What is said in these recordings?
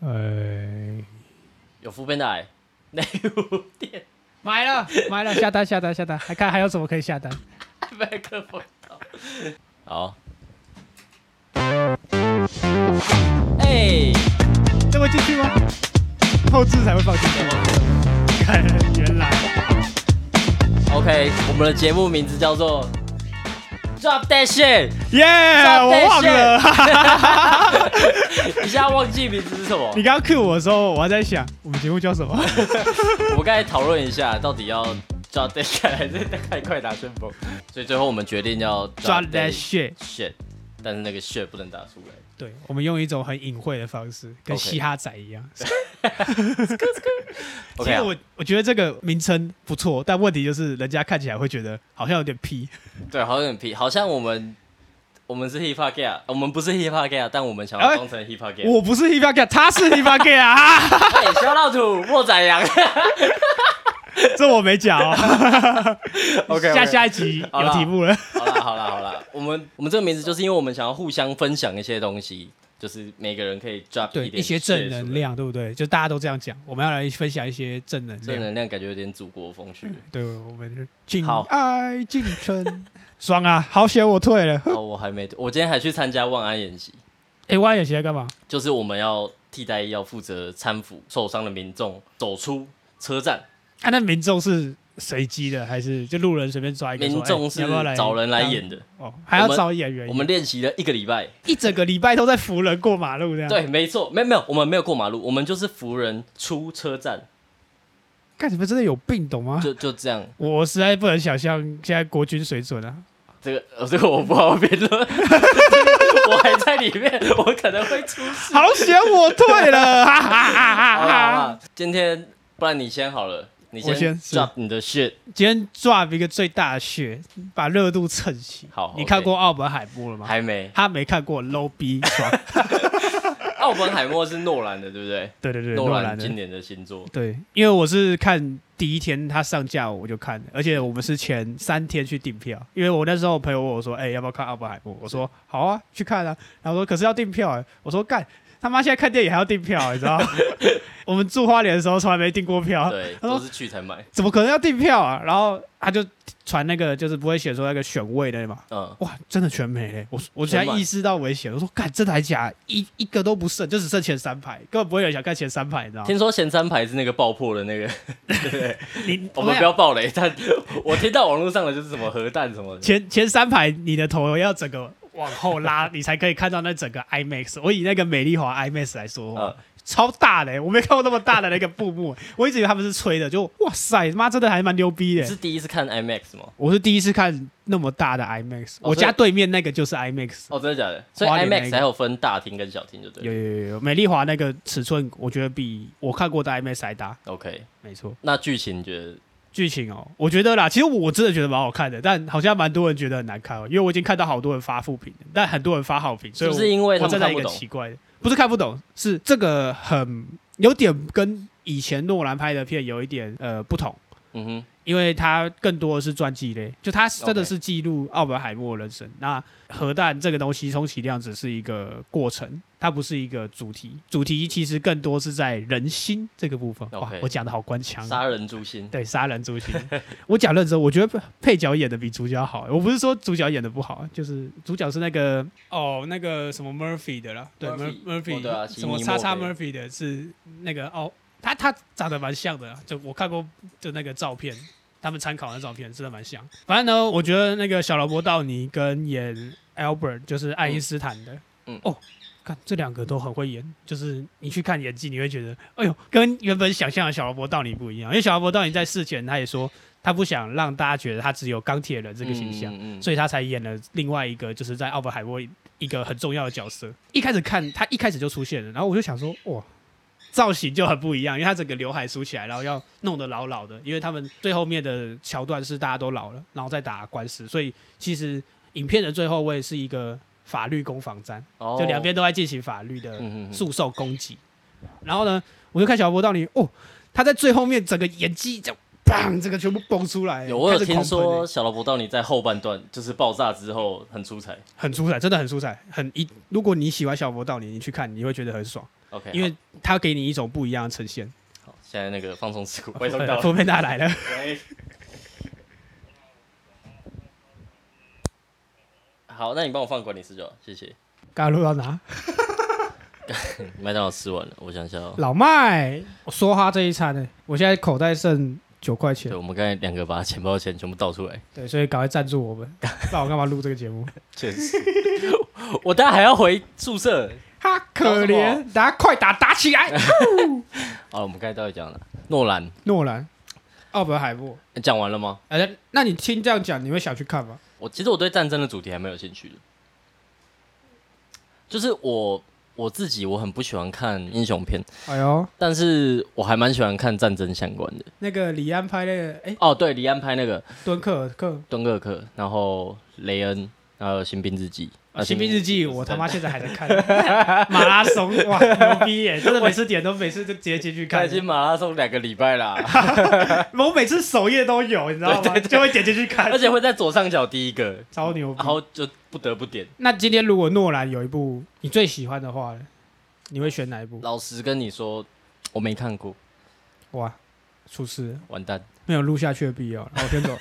有副便带内务店买了，下单，还看还有什么可以下单？ 麦克风好， 这会进去吗？后置才会放进去。看，原来 OK， 我们的节目名字叫做 Drop That Shit， 耶、我忘了， 你现在忘记名字是什么？ 你刚刚 cue 我的时候，我还在想我们节目叫什么。 我们刚才讨论一下，到底要 Drop That Shit 还是太快打旋风，所以最后我们决定要 Drop that shit， 但是那个 shit 不能打出来。 对，我们用一种很隐晦的方式，跟嘻哈仔一样。其实我觉得这个名称不错，但问题就是人家看起来会觉得好像有点屁。 对，好像有点屁，好像我们是 hip hop gay， 我们不是 hip hop gay， 但我们想要装成 hip hop gay。 我不是 hip hop gay， 他是 hip hop gay 啊！ 小老土莫宰羊。 这我没讲哦。 OK， 下一集有题目了。 好啦，我们这个名字就是因为我们想要互相分享一些东西，就是每个人可以 drop 一些正能量，对不对？就大家都这样讲，我们要来分享一些正能量。 正能量感觉有点祖国风趣。 对，我们敬爱敬称，爽啊！好险我退了。 我还没，我今天还去参加万安演习。 万安演习在干嘛？ 就是我们要替代役要负责搀扶受伤的民众走出车站。 那民众是随机的，还是就路人随便抓一个？ 民众是找人来演的哦，还要找演员。 我们练习了1个礼拜， 一整个礼拜都在扶人过马路这样。 对，没错，没有，我们没有过马路，我们就是扶人出车站。 看你们真的有病，懂吗？ 就这样。 我实在不能想象现在国军水准啊。 这个我不好辩论，我还在里面，我可能会出事。 好险我退了！ 好啦，今天不然你先好了。你先 drop 你的 shit， 今天 drop 一个最大的 shit， 把热度蹭起。 好， 你看过奥本海默了吗？ 还没， 他没看过 low B 爽。 奥本海默是诺兰的，对不对？ 对， 诺兰今年的新作。 对，因为我是看第一天他上架我就看了，而且我们是前3天去订票，因为我那时候朋友问我说：“要不要看奥本海默？”我说：“好啊，去看啊。”然后说：“可是要订票。”我说：“干。”他妈现在看电影还要订票，你知道吗？我们住花莲的时候从来没订过票， 对，都是去才买。 怎么可能要订票啊？然后他就传那个，就是不会写说那个选位的嘛。哇，真的全没嘞！我现在意识到危险，我说干，真的还假？一个都不剩，就只剩前3排，根本不会有人想看前3排，你知道吗？ 听说前3排是那个爆破的那个，对，我们不要要爆雷，但我听到网络上的就是什么核弹什么的。 前3排，你的头要整个往后拉，你才可以看到那整个 IMAX。我以那个美丽华 IMAX 来说，超大的，我没看过那么大的那个布幕，我一直以为他们是吹的，就哇塞，妈真的还蛮牛逼的。 你是第一次看 IMAX 吗？ 我是第一次看那么大的 IMAX，我家对面那个就是 IMAX。 真的假的？所以 IMAX 还有分大厅跟小厅，就对了。 有，美丽华那个尺寸，我觉得比我看过的 IMAX 还大。 OK， 没错。 那剧情你觉得？ 剧情我觉得啦，其实我真的觉得蛮好看的，但好像蛮多人觉得很难看因为我已经看到好多人发负评，但很多人发好评，所以是不是因为他们看不懂？ 我站在一个奇怪的，不是看不懂，是这个很有点跟以前诺兰拍的片有一点不同。因为它更多的是传记类，就它真的是记录奥本海默人生。那核弹这个东西充其量只是一个过程，它不是一个主题。主题其实更多是在人心这个部分。哇，我讲的好官腔， 杀人诛心。 对，杀人诛心。我讲认真，我觉得配角演的比主角好。我不是说主角演的不好，就是主角是那个那个什么 Murphy 的啦，对 Murphy，什么叉叉 Murphy 的是那个他长得蛮像的，就我看过就那个照片，他们参考的照片真的蛮像。反正呢，我觉得那个小劳勃道尼跟演 Albert 就是爱因斯坦的，看这2个都很会演，就是你去看演技，你会觉得，哎呦，跟原本想象的小劳勃道尼不一样。因为小劳勃道尼在事前他也说，他不想让大家觉得他只有钢铁人这个形象，所以他才演了另外一个，就是在奥本海默一个很重要的角色。一开始看他一开始就出现了，然后我就想说，哇。造型就很不一样，因为他整个刘海梳起来，然后要弄得老老的，因为他们最后面的桥段是大家都老了，然后再打官司，所以其实影片的最后位是一个法律攻防战，就两边都在进行法律的诉讼攻击。然后呢，我就看小劳勃道尼，他在最后面整个演技就砰，这个全部崩出来。 我有听说小劳勃道尼在后半段就是爆炸之后很出彩， 很出彩，真的很出彩。如果你喜欢小劳勃道尼，你去看你会觉得很爽。 OK， 因为它给你一种不一样的呈现。 好，现在那个放松事故，外送到了， 福佩达来了。 好，那你帮我放管理室就好，谢谢。 刚刚录到哪？ 麦当劳吃完了，我想一下哦。 老麦，我说哈这一餐呢，我现在口袋剩9块钱对，。我们刚才2个把钱包的钱全部倒出来。 对，所以赶快赞助我们，不然我干嘛录这个节目？ 确实，我等下还要回宿舍。 哈，可怜，大家快打起来！ 好，我们刚才到底讲了诺兰， 奥本海默。 讲完了吗？ 那你听这样讲，你会想去看吗？ 其实我对战争的主题还蛮有兴趣的，就是我自己我很不喜欢看英雄片， 哎呦， 但是我还蛮喜欢看战争相关的。 那个李安拍那个， 哦，对，李安拍那个敦刻尔克， 然后雷恩，然后新兵日记。 新兵日记，我他妈现在还在看马拉松，哇，牛逼耶！真的每次就直接进去看。 已经马拉松2个礼拜啦， 我每次首页都有，你知道吗？就会点进去看， 而且会在左上角第一个， 超牛逼。 然后就不得不点。 那今天如果诺兰有一部你最喜欢的话，你会选哪一部？ 老实跟你说，我没看过。 哇，出事了， 完蛋， 没有录下去的必要。我先走。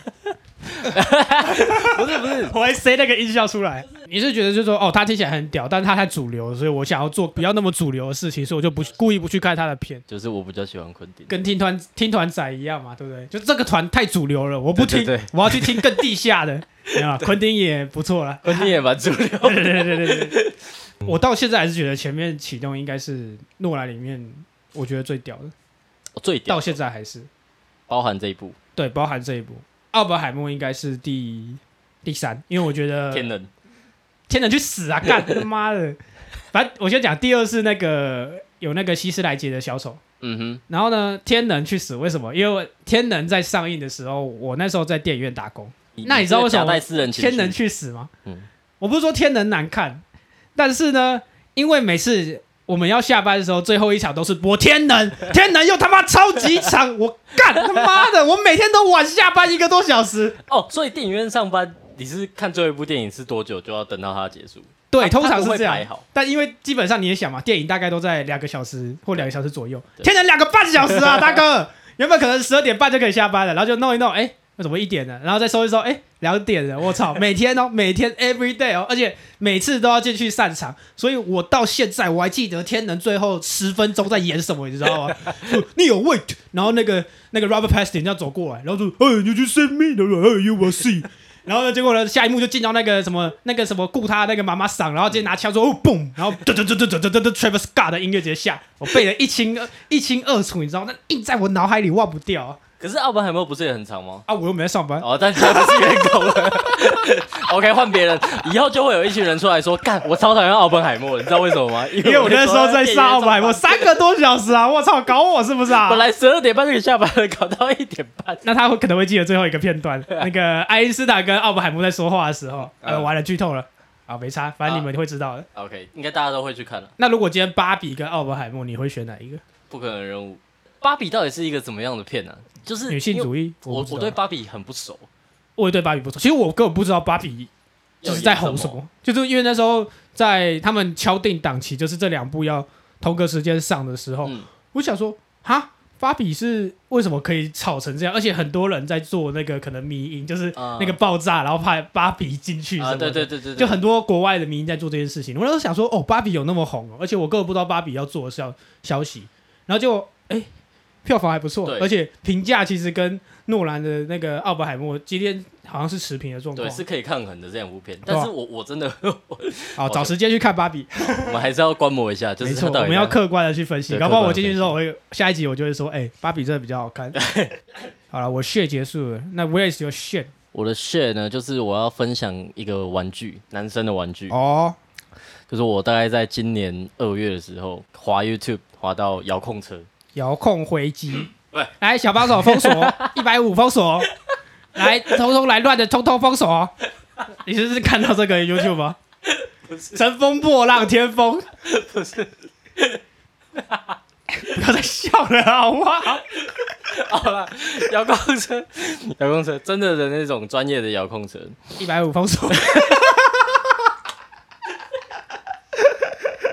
不是， 我还塞那个音效出来。你是觉得就是说，哦，他听起来很屌，但是他太主流，所以我想要做不要那么主流的事情，所以我就故意不去看他的片。 就是我比较喜欢昆汀， 跟听团仔一样嘛，对不对？就这个团太主流了，我不听， 对， 我要去听更地下的。昆汀也不错了， 昆汀也蛮主流。 对。我到现在还是觉得前面启动应该是诺兰里面我觉得最屌的， 最屌， 到现在还是包含这一部， 对，包含这一部。奥本海默应该是第3，因为我觉得天能去死啊！干他妈的！反正我先讲，第2是那个有那个希斯莱杰的小丑，然后呢，天能去死，为什么？因为天能在上映的时候，我那时候在电影院打工。那你知道为什么天能去死吗？我不是说天能难看，但是呢，因为每次我们要下班的时候，最后一场都是播天能又他妈超级长，我干他妈的，我每天都晚下班1个多小时。 哦，所以电影院上班，你是看最后一部电影是多久就要等到它结束？ 对，通常是这样。但因为基本上你也想嘛，电影大概都在2个小时或2个小时左右，天能2个半小时啊，大哥，原本可能12点半就可以下班了，然后就弄一弄，为什么1点了？然后再收一收，2点了，我操！每天 every day 而且每次都要进去散场，所以我到现在我还记得天能最后10分钟在演什么，你知道吗？你有 wait， 然后那个 Robert Pattinson 要走过来，然后说，you just send me， you will see。然后呢，结果呢，下一幕就进到那个什么顾他那个妈妈桑，然后直接拿枪说嘣，然后Travis Scott 的音乐直接下，我背得一清二楚，你知道，那印在我脑海里忘不掉啊。 可是奥本海默不是也很长吗？ 啊，我又没在上班。 哦，但他不是员工了。OK， 换别人，以后就会有一群人出来说，干，我超讨厌奥本海默，你知道为什么吗？ 因为我那时候在上奥本海默3个多小时啊！我操，搞我是不是啊？ 本来12点半就可以下班了，搞到1点半。 那他可能会记得最后一个片段，那个爱因斯坦跟奥本海默在说话的时候，完了，剧透了。啊，没差，反正你们会知道的。 OK， 应该大家都会去看了。 那如果今天芭比跟奥本海默，你会选哪一个？ 不可能人物。芭比到底是一个怎么样的片呢？就是女性主义。 我对芭比很不熟， 我也对芭比不熟。其实我根本不知道芭比就是在红什么，就是因为那时候在他们敲定档期，就是这2部要同个时间上的时候，我想说，哈，芭比是为什么可以炒成这样？而且很多人在做那个可能迷因，就是那个爆炸，然后拍芭比进去什么的。 对， 就很多国外的迷因在做这件事情。我那时候想说，哦，芭比有那么红哦，而且我根本不知道芭比要做的消息，然后就票房还不错，而且评价其实跟诺兰的那个奥本海默今天好像是持平的状况， 对，是可以抗衡的这两部片。但是我真的好找时间去看芭比， 我们还是要观摩一下，就是没错，我们要客观的去分析。搞不好我进去之后，下一集我就会说，芭比真的比较好看。好了，我 share 结束了，那 where is your share？ 我的 share 呢，就是我要分享一个玩具，男生的玩具哦。 就是我大概在今年2月的时候滑 YouTube 滑到遥控车。 遥控回击，来小帮手封锁150封锁，来通通来乱的通通封锁。你是不是看到这个 YouTube 吗？ 不是， 乘风破浪天风， 不是。 不要再笑了好不好？ 好了，遥控车真的那种专业的遥控车 ，150封锁。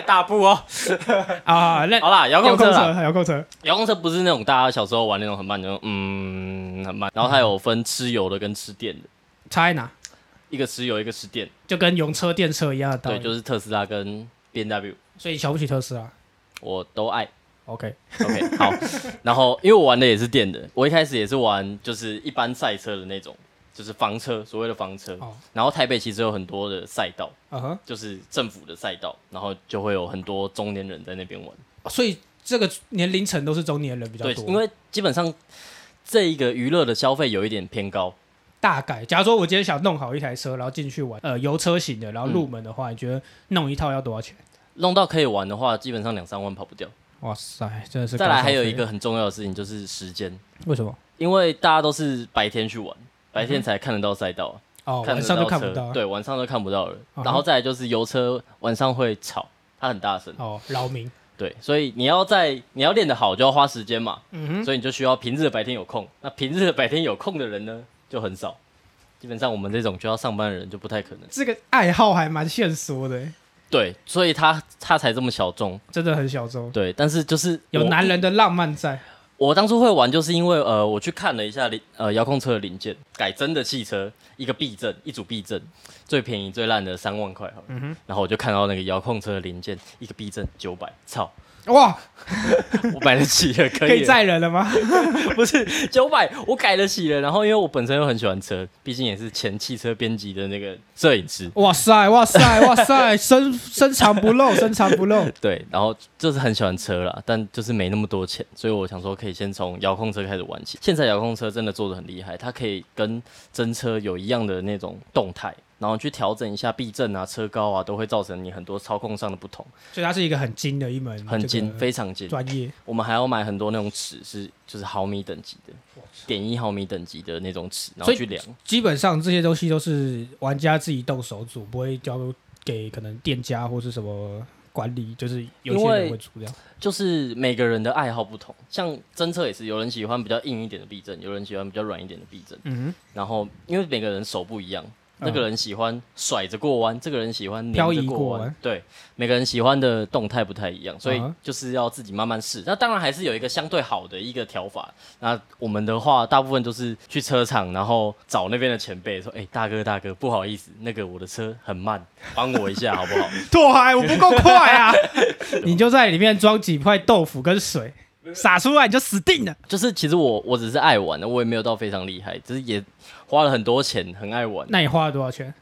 来大步哦。 啊， 好啦，遥控车啦， 遥控车不是那种大家小时候玩那种很慢，就很慢。然后它有分吃油的跟吃电的， 差在哪？一个吃油，一个吃电， 就跟油车、电车一样的道理。 对，就是特斯拉跟 BMW。所以瞧不起特斯拉？ 我都爱。 OK， 好。然后因为我玩的也是电的，我一开始也是玩就是一般赛车的那种。就是房车，所谓的房车。然后台北其实有很多的赛道，就是政府的赛道，然后就会有很多中年人在那边玩。 所以这个年龄层都是中年人比较多。 对，因为基本上这一个娱乐的消费有一点偏高。 大概，假如说我今天想弄好一台车，然后进去玩，油车型的，然后入门的话，你觉得弄一套要多少钱？ 弄到可以玩的话，基本上2-3万跑不掉。 哇塞，真的是。 再来还有一个很重要的事情就是时间。 为什么？ 因为大家都是白天去玩。白天才看得到赛道晚上都看不到。 对，晚上都看不到了。然后再来就是油车晚上会吵，它很大声。 扰民。 对，所以你要练得好，就要花时间嘛。所以你就需要平日的白天有空。那平日的白天有空的人呢，就很少。基本上我们这种就要上班的人就不太可能。 这个爱好还蛮限缩的。 对，所以它才这么小众。 真的很小众。 对，但是就是有男人的浪漫在。 我当初会玩，就是因为我去看了一下遥控车的零件，改真的汽车一组避震，最便宜最烂的3万块好了。然后我就看到那个遥控车的零件，一个避震900，操！ 哇， 我买得起了， 可以载人了吗？ 不是900，我改得起了。然后因为我本身又很喜欢车，毕竟也是前汽车编辑的那个摄影师。 哇塞，深藏不露。 对，然后就是很喜欢车啦，但就是没那么多钱，所以我想说可以先从遥控车开始玩起。现在遥控车真的做得很厉害，它可以跟真车有一样的那种动态。然后去调整一下避震啊、车高啊，都会造成你很多操控上的不同。 所以它是一个很精的一门， 很精，非常精， 专业。 我们还要买很多那种尺，就是毫米等级的，0.1毫米等级的那种尺，然后去量。 基本上这些东西都是玩家自己动手组，不会交给可能店家或是什么管理，就是有些人会出这样。 就是每个人的爱好不同，像真车也是，有人喜欢比较硬一点的避震，有人喜欢比较软一点的避震。然后因为每个人手不一样。那个人喜欢甩着过弯，这个人喜欢漂移过弯。对，每个人喜欢的动态不太一样，所以就是要自己慢慢试。那当然还是有一个相对好的一个调法。那我们的话，大部分都是去车厂，然后找那边的前辈说：“大哥，不好意思，那个我的车很慢，帮我一下好不好？” 拓海，我不够快啊！你就在里面装几块豆腐跟水。撒出来你就死定了。 就是其实我只是爱玩的，我也没有到非常厉害，只是也花了很多钱，很爱玩。 那你花了多少钱？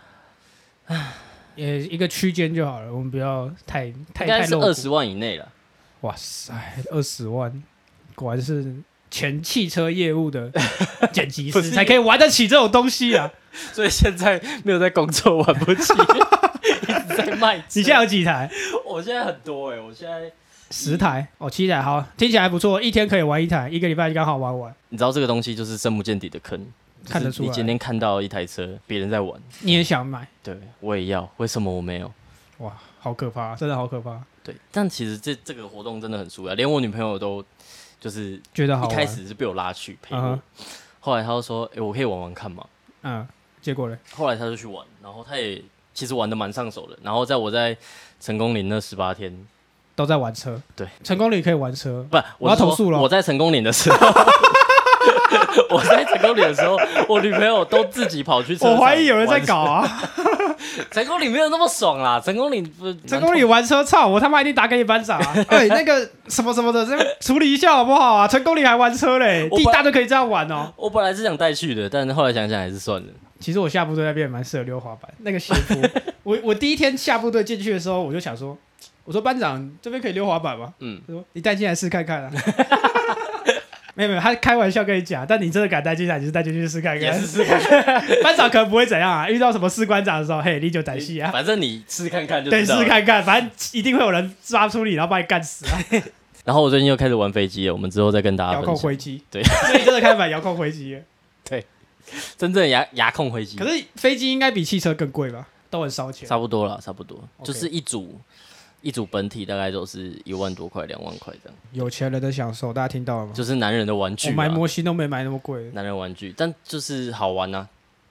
也一个区间就好了，我们不要太应该是20万以内了。 哇塞，20万，果然是前汽车业务的剪辑师才可以玩得起这种东西啊！ 所以现在没有在工作，玩不起，一直在卖车。 你现在有几台？ 我现在很多我现在。 10台7台，好，听起来不错，一天可以玩1台，1个礼拜就刚好玩完。 你知道这个东西就是深不见底的坑， 看得出来。 你今天看到一台车，别人在玩， 你也想买？ 对，我也要，为什么我没有？ 哇，好可怕，真的好可怕。 对，但其实这个活动真的很舒压，连我女朋友都就是觉得好玩。 一开始是被我拉去陪我，后来她就说：“我可以玩玩看嘛。” 结果呢？后来她就去玩，然后她也其实玩得蛮上手的。然后我在成功岭那18天。 都在玩车， 对， 成功岭可以玩车， 不， 我要投诉了。 我在成功岭的时候，我在成功岭的时候，我女朋友都自己跑去车厂。 我怀疑有人在搞啊！ 成功岭没有那么爽啦，成功岭玩车，操！我他妈一定打给你班长啊！那个什么什么的，这处理一下好不好啊？成功岭还玩车嘞，地大就可以这样玩哦。 我本来是想带去的，但是后来想想还是算了。 其实我下部队那边也蛮适合溜滑板，那个斜坡。我第一天下部队进去的时候，我就想说。我说班长这边可以溜滑板吗？他说你带进来试看看啊。没有，他开玩笑跟你讲，但你真的敢带进来，你就带进去试看看。 也是试看看。 班长可能不会怎样啊，遇到什么士官长的时候，嘿，你就胆细啊。 反正你试看看就知道了。 对，试看看，反正一定会有人抓出你，然后把你干死啊。 然后我最近又开始玩飞机了，我们之后再跟大家分享。 遥控飞机， 对， 所以真的开始买遥控飞机了。 对，真正的遥控飞机。 可是飞机应该比汽车更贵吧？都很烧钱。 差不多啦，差不多，就是一组本体大概都是1万多块、2万块这样。 有钱人的享受，大家听到了吗？ 就是男人的玩具。 我买模型都没买那么贵。 男人玩具，但就是好玩啊。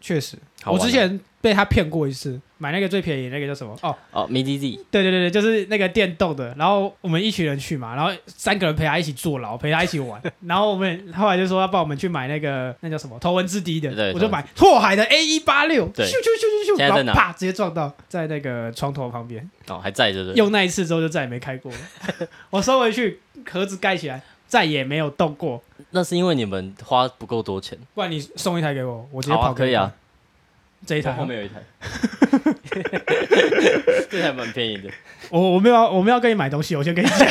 确实，我之前被他骗过一次，买那个最便宜那个叫什么？ MiDZ。 对，就是那个电动的。然后我们一群人去嘛，然后3个人陪他一起坐牢，陪他一起玩。然后我们后来就说要帮我们去买那个那叫什么头文字 D 的，我就买拓海的 A186，咻，然后啪直接撞到在那个床头旁边。 还在着的。 用那一次之后就再也没开过了。我收回去，盒子盖起来，再也没有动过。 那是因为你们花不够多钱， 不然你送一台给我，我直接跑可以啊。 这一台后面有一台，这台蛮便宜的。 我没有要跟你买东西，我先跟你讲。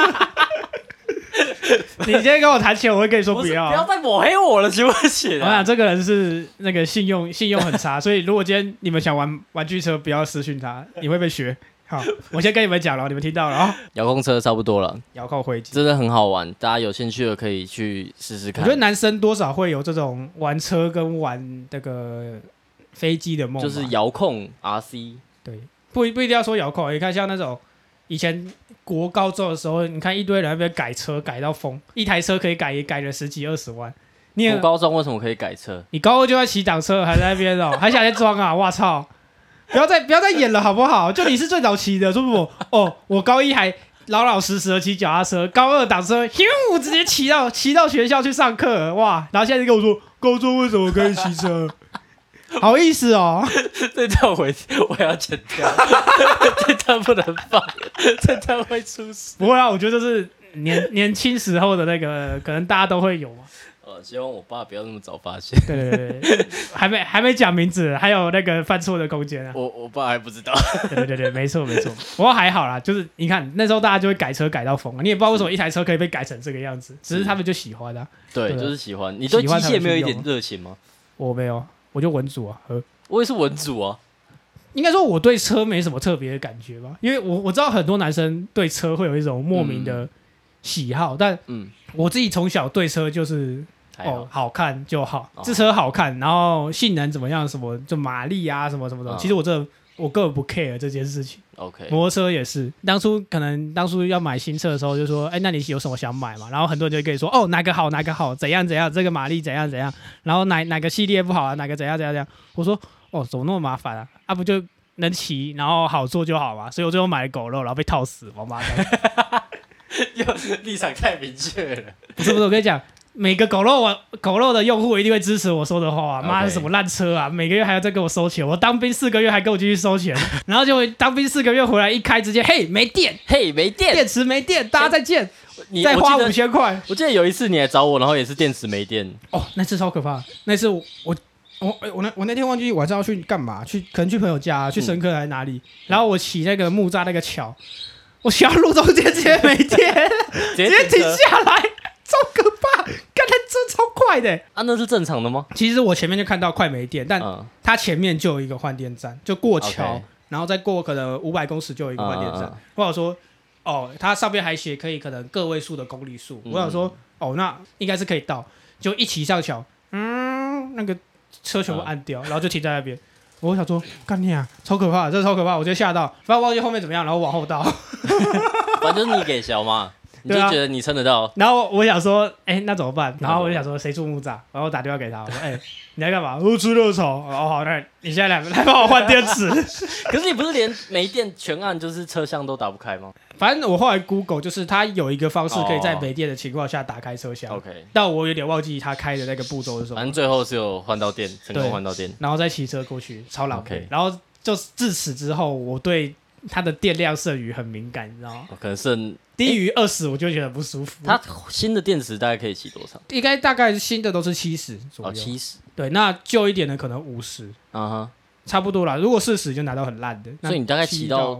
你今天跟我谈钱，我会跟你说不要。 不要再抹黑我了，行不行？ 我想这个人是那个信用很差，所以如果今天你们想玩玩具车，不要私讯他，你会被学。好，我先跟你们讲了，你们听到了啊。 遥控车差不多了， 遥控灰机真的很好玩，大家有兴趣的可以去试试看。 我觉得男生多少会有这种玩车跟玩那个飞机的梦， 就是遥控 RC。 对，不一定要说遥控，你看像那种以前国高中的时候，你看一堆人那边改车改到疯，一台车可以改了10几20万。 国高中为什么可以改车？ 你高二就在骑挡车，还在那边还想再装啊！我操！不要再演了好不好？就你是最早骑的，说不？我高一还老实的骑脚踏车，高2挡车，直接骑到学校去上课，哇！然后现在就跟我说，高中为什么可以骑车？好意思哦， 这段我要剪掉，这段不能放，这段会出事。 不会啊，我觉得这是年轻时候的那个，可能大家都会有嘛。 希望我爸不要那么早发现。 对，还没讲名字，还有那个犯错的空间啊。 我爸还不知道。 对，没错。不过还好啦，就是你看那时候大家就会改车改到疯了，你也不知道为什么一台车可以被改成这个样子，只是他们就喜欢啊。 对，就是喜欢。你对机械没有一点热情吗？ 我没有，我就文组啊。 我也是文组啊。 应该说我对车没什么特别的感觉吧，因为我知道很多男生对车会有一种莫名的喜好，但我自己从小对车就是。好看就好，这车好看，然后性能怎么样，什么就马力啊，什么的。其实我根本不 care 这件事情。 OK， 摩托车也是，当初要买新车的时候，就说，那你有什么想买嘛？然后很多人就跟你说，哪个好，怎样，这个马力怎样，然后哪个系列不好啊，哪个怎样。我说，怎么那么麻烦啊？不就能骑，然后好坐就好嘛。所以我最后买了狗肉，然后被套死，王八蛋。 又立场太明确了。 不是，我跟你讲。每个狗肉的用户一定会支持我说的话，妈是什么烂车啊！每个月还要再给我收钱，我当兵4个月还给我继续收钱，然后就当兵4个月回来一开直接没电，电池没电，大家再见，再花5000块。 我记得有一次你来找我，然后也是电池没电。 那次超可怕，那次我那天忘记晚上要去干嘛，可能去朋友家，去深坑还是哪里，然后我骑那个木栅那个桥，我骑到路中间直接没电，直接停下来。超可怕，干他车超快的那是正常的吗？ 其实我前面就看到快没电，但它前面就有一个换电站，就过桥，然后再过可能500公尺就有一个换电站。我想说，它上面还写可以可能个位数的公里数，我想说，那应该是可以到，就一骑上桥，那个车全部按掉，然后就停在那边。我想说，干你啊，超可怕，真的超可怕，我直接吓到，反正忘记后面怎么样，然后往后倒。 反正你给小嘛。你就觉得你撑得到， 然后我想说，那怎么办？然后我就想说，谁住木栅？然后我打电话给他，我说，你在干嘛？我吃热炒。好，那你现在来帮我换电池。 可是你不是连没电全按就是车厢都打不开吗？ 反正我后来 Google 就是它有一个方式可以在没电的情况下打开车厢。 OK， 但我有点忘记他开的那个步骤是什么。 反正最后是有换到电，成功换到电， 然后再骑车过去，超浪费。然后就自此之后，我对它的电量剩余很敏感，你知道吗？ 可能剩低于20，我就觉得不舒服。 它新的电池大概可以骑多长？ 应该大概新的都是70左右。 70。对， 那旧一点的可能50。差不多啦。如果40就拿到很烂的。 所以你大概骑到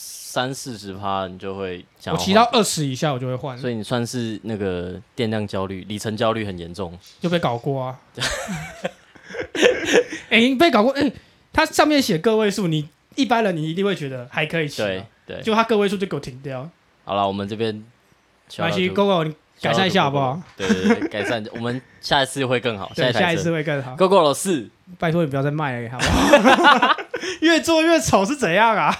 30-40%，你就会想要换。 我骑到20以下我就会换。 所以你算是那个电量焦虑、里程焦虑很严重。 就被搞过啊。你被搞过？它上面写个位数，你一般人你一定会觉得还可以骑。对。就它个位数就给我停掉。好了，我们这边没关系 ，GoGo 你改善一下好不好？ 对，改善，我们下一次会更好。 下一次会更好。 GoGo 4， 拜托你不要再卖了，好不好？越做越丑是怎样啊？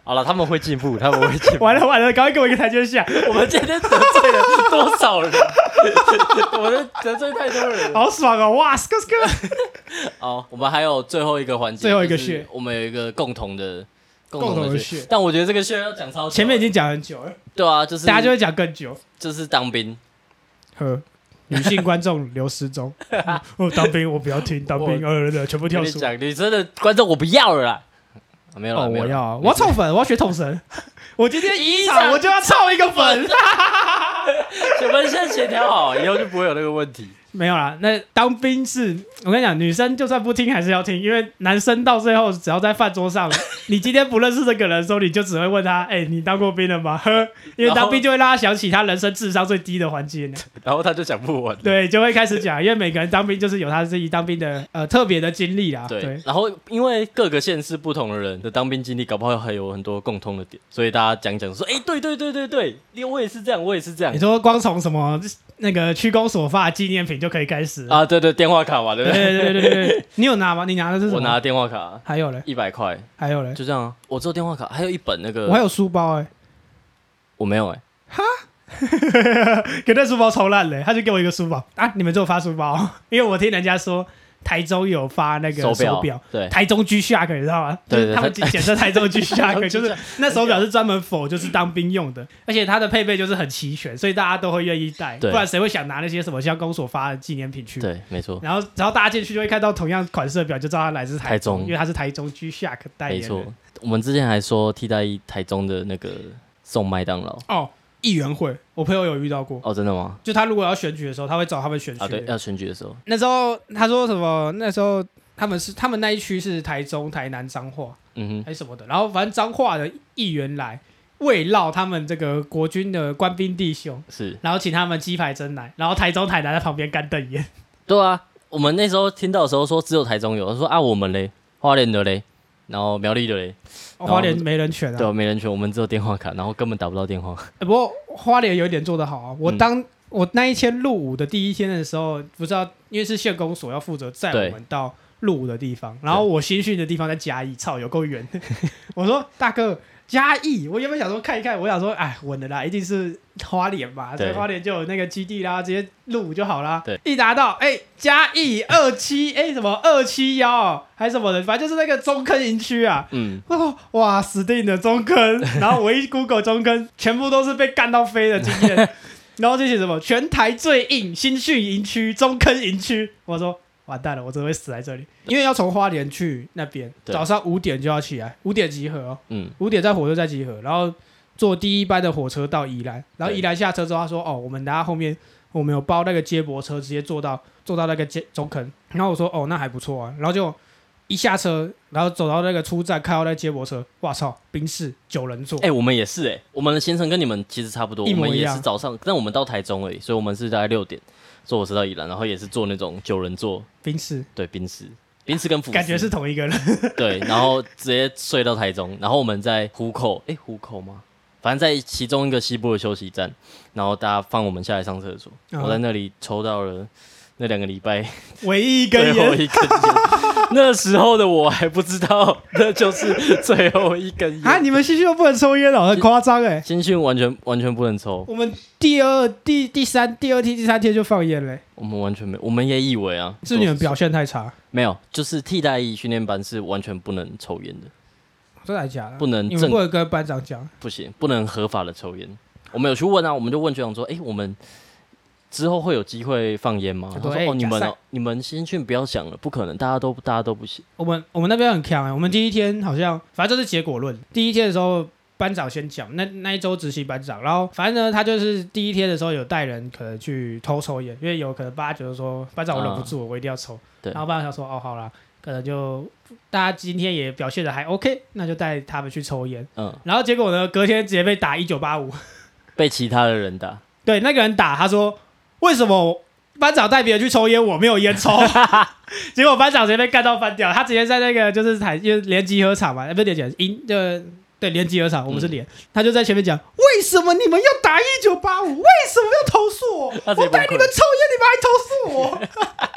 好了，他们会进步，他们会进步。 完了，赶快给我一个台阶下。 我们今天得罪了多少人？我们得罪太多人， 好爽哦！哇，Skr。 好，我们还有最后一个环节， 最后一个穴， 我们有一个共同的穴， 但我觉得这个穴要讲超久， 前面已经讲很久了。 对啊，就是大家就会讲更久， 就是当兵。 女性观众流失中。当兵我不要听，当兵全部跳出。 讲女生的观众我不要了啦。没有了， 我要凑粉，我要学统神。我今天1场我就要凑一个粉。 我们现在协调好，以后就不会有那个问题。 没有啦，那当兵是我跟你讲，女生就算不听还是要听，因为男生到最后只要在饭桌上，你今天不认识这个人的时候，你就只会问他，你当过兵了吗？因为当兵就会让他想起他人生智商最低的环节， 然后他就讲不完。 对，就会开始讲，因为每个人当兵就是有他自己当兵的特别的经历啦。 对，然后因为各个县市不同的人的当兵经历，搞不好还有很多共通的点，所以大家讲说，对，我也是这样。 你说光从什么那个区公所发的纪念品就可以开始啊？对，电话卡嘛，对不对？ 对，你有拿吗？你拿的是什么？ 我拿电话卡， 还有嘞 ，100块， 还有嘞， 就这样啊。我只有电话卡，还有一本那个， 我还有书包我没有哈，可那书包超烂嘞，他就给我一个书包啊！你们只有发书包，因为我听人家说。台中有发那个手表， 对， 台中 G-Shock 你知道吗？ 对， 他们简称台中 G-Shock， 就是那手表是专门就是当兵用的，而且它的配备就是很齐全，所以大家都会愿意戴，不然谁会想拿那些什么乡公所发的纪念品去？ 对，没错。 然后大家进去就会看到同样款式的表，就知道它来自台中，因为它是台中 G-Shock 代言的。 没错，我们之前还说替代役台中的那个送麦当劳哦。议员会，我朋友有遇到过。 哦，真的吗？ 就他如果要选举的时候，他会找他们选区。 对，要选举的时候。 那时候他说什么？那时候他们那一区是台中、台南、彰化，还是什么的。然后反正彰化的议员来慰劳他们这个国军的官兵弟兄， 是， 然后请他们鸡排蒸奶，然后台中、台南在旁边干瞪眼。 对啊，我们那时候听到的时候说只有台中有，他说啊我们嘞，花莲的嘞。然后苗栗的嘞， 花莲没人权啊， 对，没人权，我们只有电话卡，然后根本打不到电话。 不过花莲有一点做得好啊，我那一天入伍的第一天的时候，不知道因为是县公所要负责载我们到入伍的地方，然后我新训的地方在嘉义，操，有够远。我说大哥。嘉义，我原本想说看一看，我想说，稳了啦，一定是花莲嘛，所以花莲就有那个基地啦，直接入伍就好啦。 对， 一达到，嘉义27，什么271还是什么的，反正就是那个中坑营区啊。哇，死定了中坑，然后我一 Google 中坑，全部都是被干到飞的经验，然后就写什么全台最硬新训营区中坑营区，我说。完蛋了，我真的会死在这里，因为要从花莲去那边，早上5点就要起来，5点集合哦，5点在火车站集合，然后坐第一班的火车到宜兰，然后宜兰下车之后，他说我们等下后面我们有包那个接驳车，直接坐到那个中坑，然后我说那还不错啊，然后就一下车，然后走到那个出站，看到那个接驳车，哇操，宾士9人座， 我们也是我们的行程跟你们其实差不多，我们也是早上，但我们到台中而已，所以我们是大概6点。坐火车到宜兰，然后也是坐那种9人座宾士， 对，宾士跟福斯感觉是同一个人。对， 然后直接睡到台中，然后我们在湖口吗？反正在其中一个西部的休息站，然后大家放我们下来上厕所，我在那里抽到了那2个礼拜唯一一根烟， 最后一根烟。那时候的我还不知道，那就是最后一根烟啊！你们新训都不能抽烟哦，很夸张新训完全不能抽。 我们第二天、第三天就放烟嘞。 我们完全没，我们也以为啊， 是你们表现太差。 没有，就是替代役训练班是完全不能抽烟的。 真的假的？ 不能， 你们不能跟班长讲， 不行，不能合法的抽烟。我们有去问啊，我们就问学长说，我们之后会有机会放烟吗？他说你们新训不要想了，不可能，大家都不行。 我们那边很强我们第一天好像反正就是结果论。第一天的时候，班长先讲，那一周执行班长，然后反正呢，他就是第一天的时候有带人可能去抽烟，因为有可能8觉得说班长我忍不住，我一定要抽。然后班长想说好啦，可能就大家今天也表现的还 OK， 那就带他们去抽烟。然后结果呢，隔天直接被打1985， 被其他的人打。 对，那个人打，他说。为什么班长带别人去抽烟，我没有烟抽？结果班长直接被干到翻掉，他直接在那个就是连集合场嘛，不是连集合，对连集合场，我们是连，他就在前面讲，为什么你们要打1985？为什么要投诉我？我带你们抽烟，你们还投诉我？他直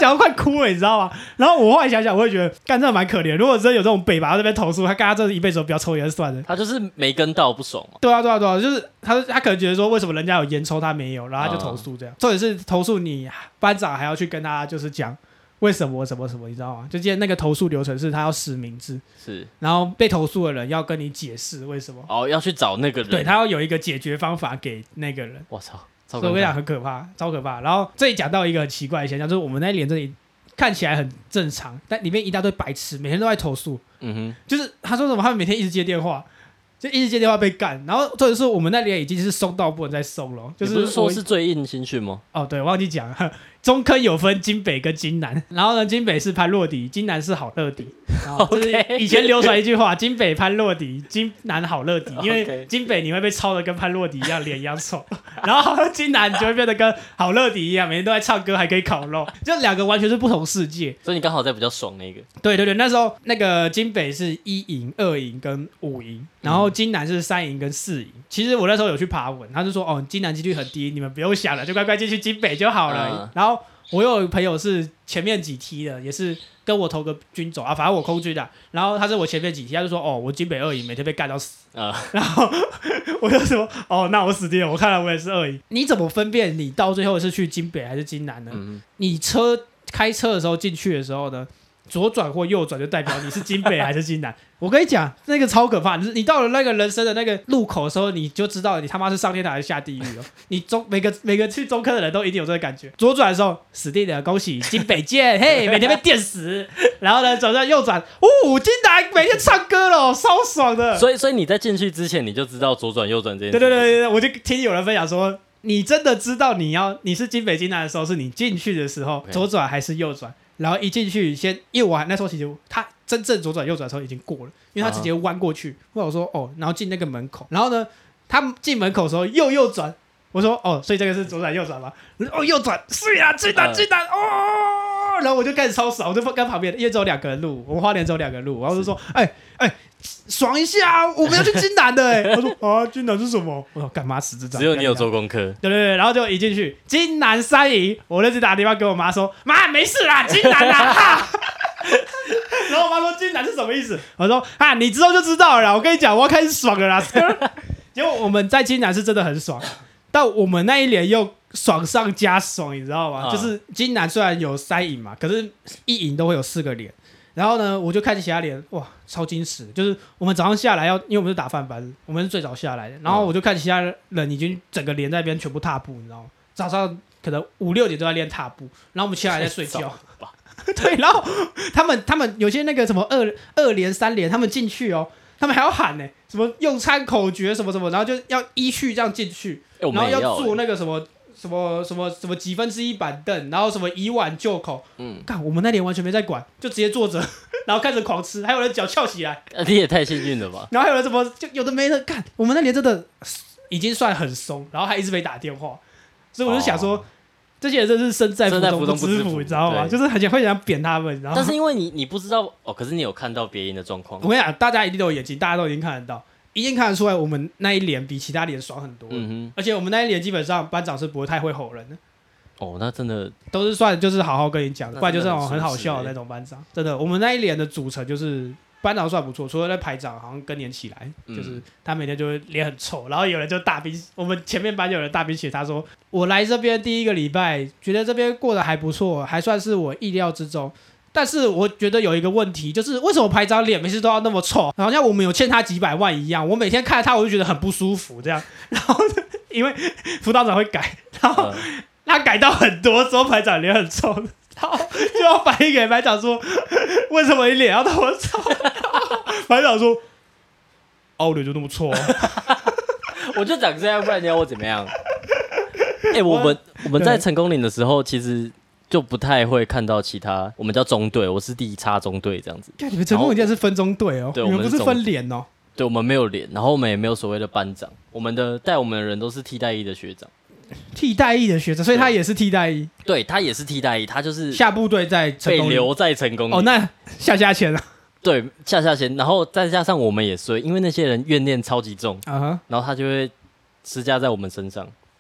讲到快哭了，你知道吗？然后我后来想想，我会觉得干真的蛮可怜。如果真的有这种北拔这边投诉，他干他这一辈子都不要抽烟算了。 他就是没跟到不爽嘛。 对啊，就是他可能觉得说为什么人家有烟抽他没有，然后他就投诉这样。重点是投诉你班长还要去跟他就是讲为什么什么什么，你知道吗？就今天那个投诉流程是他要实名制， 是， 然后被投诉的人要跟你解释为什么。 要去找那个人， 对他要有一个解决方法给那个人。 我操！ 所以我跟你讲很可怕，超可怕。然后这里讲到一个很奇怪的现象，就是我们那连这里看起来很正常，但里面一大堆白痴，每天都在投诉。就是他说什么，他们每天一直接电话，就一直接电话被干。然后或者是我们那连已经是松到不能再松了。就是你不是说是最硬新训吗？ 哦，对，忘记讲了。中坑有分金北跟金南，然后呢，金北是潘洛迪，金南是好乐迪。就是以前流传一句话：金北潘洛迪，金南好乐迪。因为金北你会被抄的跟潘洛迪一样，脸一样丑，然后金南你就会变得跟好乐迪一样，每天都在唱歌，还可以烤肉，就两个完全是不同世界。 所以你刚好在比较爽那个。 对，那时候那个金北是1营、2营跟5营，然后金南是3营跟4营。其实我那时候有去爬文，他就说金南几率很低，你们不用想了，就乖乖进去金北就好了。然后我有朋友是前面几梯的，也是跟我同个军种啊，反正我空军的。然后他是我前面几梯，他就说我金北2营每天被干到死。然后我就说那我死定了，我看来我也是2营。你怎么分辨你到最后是去金北还是金南呢？你开车的时候进去的时候呢，左转或右转就代表你是金北还是金南。我跟你讲，那个超可怕。你到了那个人生的那个路口的时候，你就知道你他妈是上天台还是下地狱了。你每个去中科的人都一定有这个感觉。左转的时候死定了，恭喜金北见，嘿，每天被电死。然后呢，走上右转，金南每天唱歌了，超爽的。 所以你在进去之前你就知道左转右转这件事。 对，我就听有人分享说，你真的知道你是金北金南的时候，是你进去的时候左转还是右转。然后一进去因为我那时候其实他真正左转右转的时候已经过了，因为他直接弯过去。我说然后进那个门口，然后呢，他进门口的时候右转，我说所以这个是左转右转吗？右转，是啊，金南然后我就开始超爽，我就跟旁边的，因为只有2个人路，我们花莲只有2个人路，然后我就说爽一下，我们要去金南的。他说金南是什么？我说干嘛死智障？ 只有你有做功课。 对，然后就一进去金南3营，我那次打电话给我妈说，妈没事啦，金南啦。然后我妈说金南是什么意思？我说你之后就知道了啦，我跟你讲，我要开始爽了啦。结果我们在金南是真的很爽，但我们那一年又爽上加爽，你知道吗？就是金南虽然有3营嘛，可是1营都会有4个连。然后呢，我就看其他连，哇，超矜持。就是我们早上下来因为我们是打饭班，我们是最早下来的。然后我就看其他人已经整个连在那边全部踏步，你知道吗？早上可能5、6点都在练踏步，然后我们其他人在睡觉。对，然后他们有些那个什么二连3连，他们进去他们还要喊呢，什么用餐口诀什么什么，然后就要依序这样进去，然后要做那个什么几分之1板凳，然后什么以碗就口，干我们那连完全没在管，就直接坐着，然后开始狂吃，还有人脚翘起来， 你也太幸运了吧？ 然后还有人什么就有的没的干，我们那连真的已经算很松，然后还一直被打电话，所以我就想说，这些人真是身在福中不知福，你知道吗？就是很会想扁他们，你知道吗？ 但是因为你不知道可是你有看到别人的状况。 我跟你讲，大家一定都有眼睛，大家都已经看得到。一定看得出来，我们那一连比其他连爽很多。而且我们那一连基本上班长是不会太会吼人的。 那真的都是算就是好好跟你讲，不然就是那种很好笑的那种班长。真的，我们那一连的组成就是班长算不错，除了那排长好像更年起来，就是他每天就会脸很臭，然后有人就大鼻，我们前面班有人大鼻血，他说我来这边第1个礼拜，觉得这边过得还不错，还算是我意料之中。但是我觉得有一个问题，就是为什么排长脸每次都要那么臭，好像我们有欠他几百万一样。我每天看着他，我就觉得很不舒服，这样。然后因为辅导长会改，然后他改到很多之后，排长脸很臭，然后就要反映给排长说，为什么你脸要那么臭？排长说，我脸就那么臭。 我就长这样，不然你要我怎么样？我们在成功岭的时候，其实就不太会看到其他，我们叫中队，我是第1中队这样子。 你们成功岭竟然是分中队对， 你们不是分连哦？ 对，我们没有连，然后我们也没有所谓的班长，带我们的人都是替代役的学长。 替代役的学长，所以他也是替代役。 对，他也是替代役，他就是下部队在成功岭， 被留在成功岭。 那下签了。 对，下签，然后再加上我们也衰，因为那些人怨念超级重，然后他就会施加在我们身上。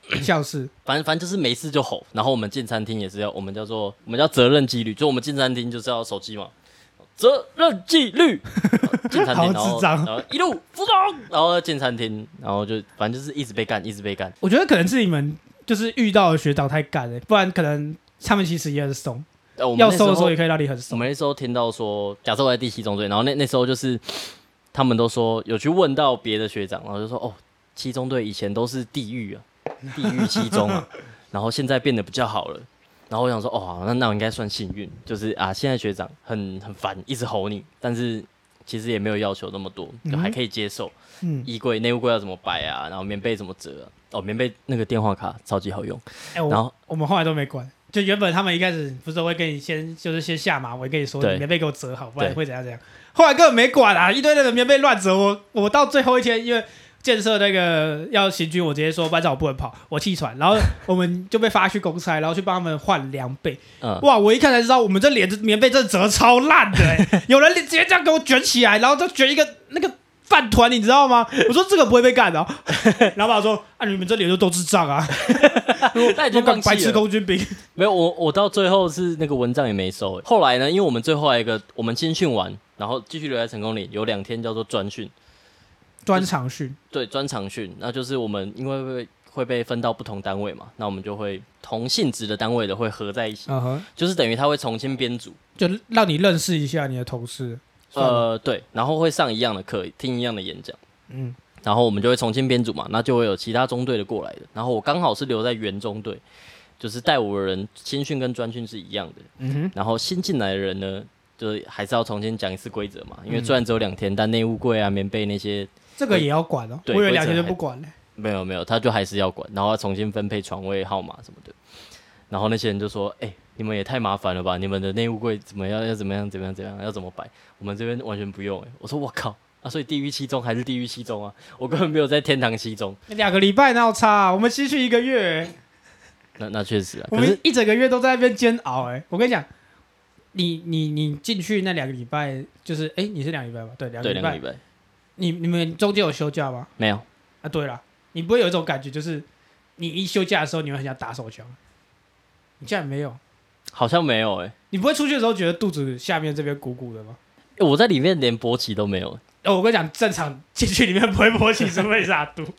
像是反正就是没事就吼，然后我们进餐厅也是要，我们叫责任纪律，就我们进餐厅就是要手机嘛，责任纪律，进餐厅然后一路服从，然后进餐厅，然后就反正就是一直被干，一直被干。 我觉得可能是你们就是遇到的学长太干了，不然可能他们其实也很怂。要收的时候也可以让你很怂。 我们那时候听到说，假设我在第7中队，然后那时候就是他们都说有去问到别的学长，然后就说哦，7中队以前都是地狱啊。地狱7中啊，然后现在变得比较好了，然后我想说，哦，那我应该算幸运，就是啊，现在学长很烦，一直吼你，但是其实也没有要求那么多，就还可以接受。衣柜内务柜要怎么摆啊，然后棉被怎么折啊？哦，棉被那个电话卡超级好用。然后我们后来都没管，就原本他们一开始不是会跟你先下马威，跟你说你棉被给我折好，不然会怎样怎样。后来根本没管啊，一堆人的棉被乱折，我到最后一天，因为建设那个要行军，我直接说班长我不能跑，我气喘，然后我们就被发去公差，然后去帮他们换凉被。哇，我一看才知道我们这棉被真的折超烂的有人直接这样给我卷起来，然后就卷一个那个饭团，你知道吗？我说这个不会被干的老板说啊，你们这脸都智障啊， 那已经放弃了， 白痴空军兵。 没有，我到最后是那个文章也没收。后来呢，因为我们最后还有一个，我们新训完，然后继续留在成功岭，有2天叫做专训。 专场训， 对，专场训，那就是我们因为会被分到不同单位嘛，那我们就会同性质的单位的会合在一起，就是等于他会重新编组， 就让你认识一下你的同事。 对，然后会上一样的课，听一样的演讲，然后我们就会重新编组嘛，那就会有其他中队的过来的，然后我刚好是留在原中队，就是带我的人新训跟专训是一样的，然后新进来的人呢，就是还是要重新讲一次规则嘛，因为虽然只有2天，但内务柜啊、棉被那些。 这个也要管哦，我以为2天就不管了。 没有，他就还是要管，然后要重新分配床位号码什么的。然后那些人就说：“你们也太麻烦了吧？你们的内务柜怎么样？要怎么样？要怎么摆？我们这边完全不用。”我说：“我靠啊！所以地狱7中还是地狱7中啊？我根本没有在天堂7中。 2个礼拜哪有差啊？我们新训1个月。 那确实啊， 我们一整个月都在那边煎熬我跟你讲，你进去那2个礼拜，就是你是2个礼拜吧？对，2个礼拜。你们中间有休假吗？ 没有啊。对了，你不会有一种感觉，就是你一休假的时候，你会很想打手枪？你竟然没有？ 好像没有你不会出去的时候觉得肚子下面这边鼓鼓的吗？ 我在里面连勃起都没有。 我跟你讲，正常进去里面不会勃起，是会下肚。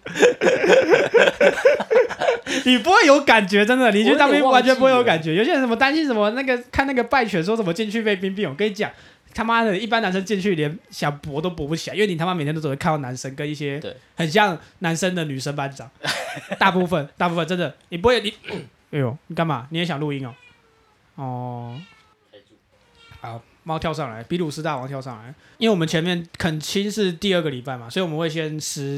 你不会有感觉，真的，你去当兵完全不会有感觉。有些人什么担心什么那个看那个败犬说什么进去被冰冰，我跟你讲。他妈的，一般男生进去连想搏都搏不起来，因为你他妈每天都只会看到男生跟一些很像男生的女生班长，大部分真的，你不会哎呦，你干嘛？你也想录音哦？好，猫跳上来，比鲁斯大王跳上来，因为我们前面恳亲是第2个礼拜嘛，所以我们会先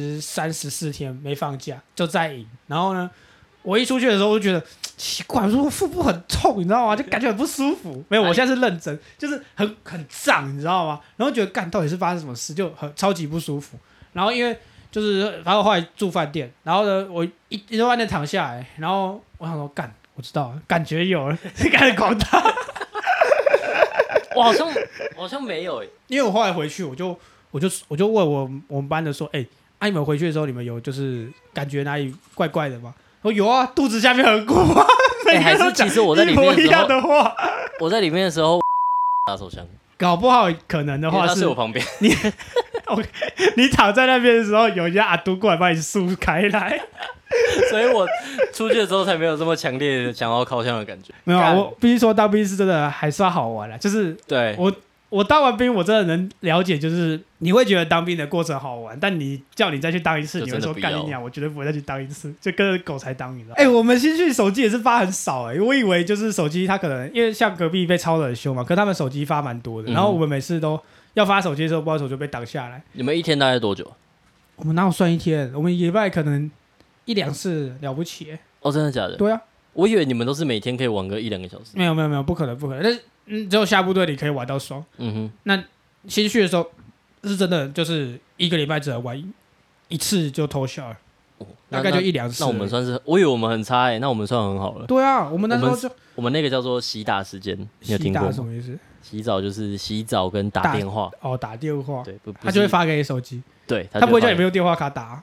13、14天没放假就再赢，然后呢，我一出去的时候我就觉得奇怪，我说我腹部很痛，你知道吗？就感觉很不舒服。没有，我现在是认真，就是很胀，你知道吗？然后觉得干到底是发生什么事，就超级不舒服。然后因为就是反正后来住饭店，然后呢，我一在饭店躺下来，然后我想说干，我知道了，感觉有了，开始狂打。 我好像没有因为我后来回去，我就问我们班的说，你们回去的时候，你们有就是感觉哪里怪怪的吗？我有啊，肚子下面很鼓啊。 还是其实我在里面的话， 我在里面的时候打手枪， 搞不好可能的话是我旁边你躺在那边的时候，有一家阿都过来把你竖开来， 所以我出去的时候才没有这么强烈的想要靠枪的感觉。 没有，我必须说当兵是真的还算好玩啦，就是对我当完兵，我真的能了解，就是你会觉得当兵的过程好玩，但你叫你再去当一次，你会说干你娘，我绝对不会再去当一次，就跟着狗才当，你知道？我们新训手机也是发很少我以为就是手机它可能因为像隔壁被抄的很凶嘛，可他们手机发蛮多的，然后我们每次都要发手机的时候，不知道手就被挡下来。 你们一天大概多久？ 我们哪有算一天？我们礼拜可能1、2次了不起真的假的？ 对啊， 我以为你们都是每天可以玩个1、2个小时。 没有，不可能。但是只有下部队你可以玩到爽。那新训的时候是真的，就是1个礼拜只能玩一次就偷笑了，大概就1、2次。 那我们算是，我以为我们很差那我们算很好了。 对啊，我们那时候我们那个叫做洗打时间，你有听过吗？ 什么意思？ 洗澡就是洗澡跟打电话。 打电话。 对， 他就会发给你手机。 对， 他不会叫你们用电话卡打。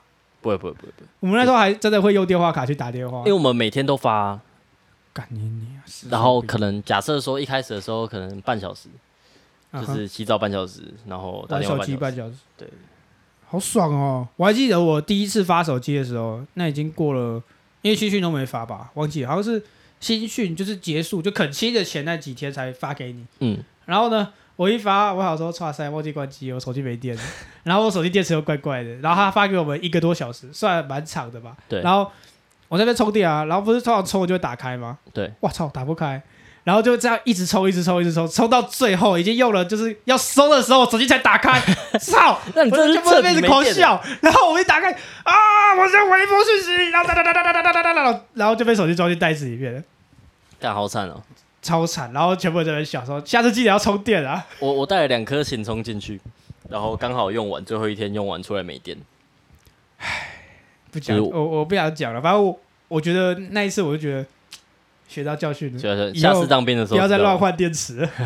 不会。 我们那时候还真的会用电话卡去打电话， 因为我们每天都发。 干你然后可能假设说一开始的时候可能半小时，就是洗澡半小时，然后打电话手机半小时， 对， 好爽哦！我还记得我第一次发手机的时候，那已经过了，因为新训都没发吧，忘记了，好像是新训就是结束就恳亲的前那几天才发给你。然后呢，我一发，我好说唰塞忘记关机，我手机没电了，然后我手机电池又怪怪的，然后他发给我们1个多小时，算蛮长的吧。 对， 然后我在那边充电啊，然后不是通常充我就会打开吗？ 对， 哇操，打不开。然后就这样一直冲，冲到最后已经用了，就是要收的时候，我手机才打开。操！ 那你真的就一直狂笑。然后我一打开啊，我在回一封讯息，然后然后就被手机装进袋子里面了。 干好惨哦， 超惨。然后全部人在那边想说，下次记得要充电啊。 我带了2颗行充进去，然后刚好用完，最后一天用完出来没电。 唉，不讲，我不想讲了。反正我觉得那一次我就觉得。学到教训了， 下次当兵的时候不要再乱换电池了。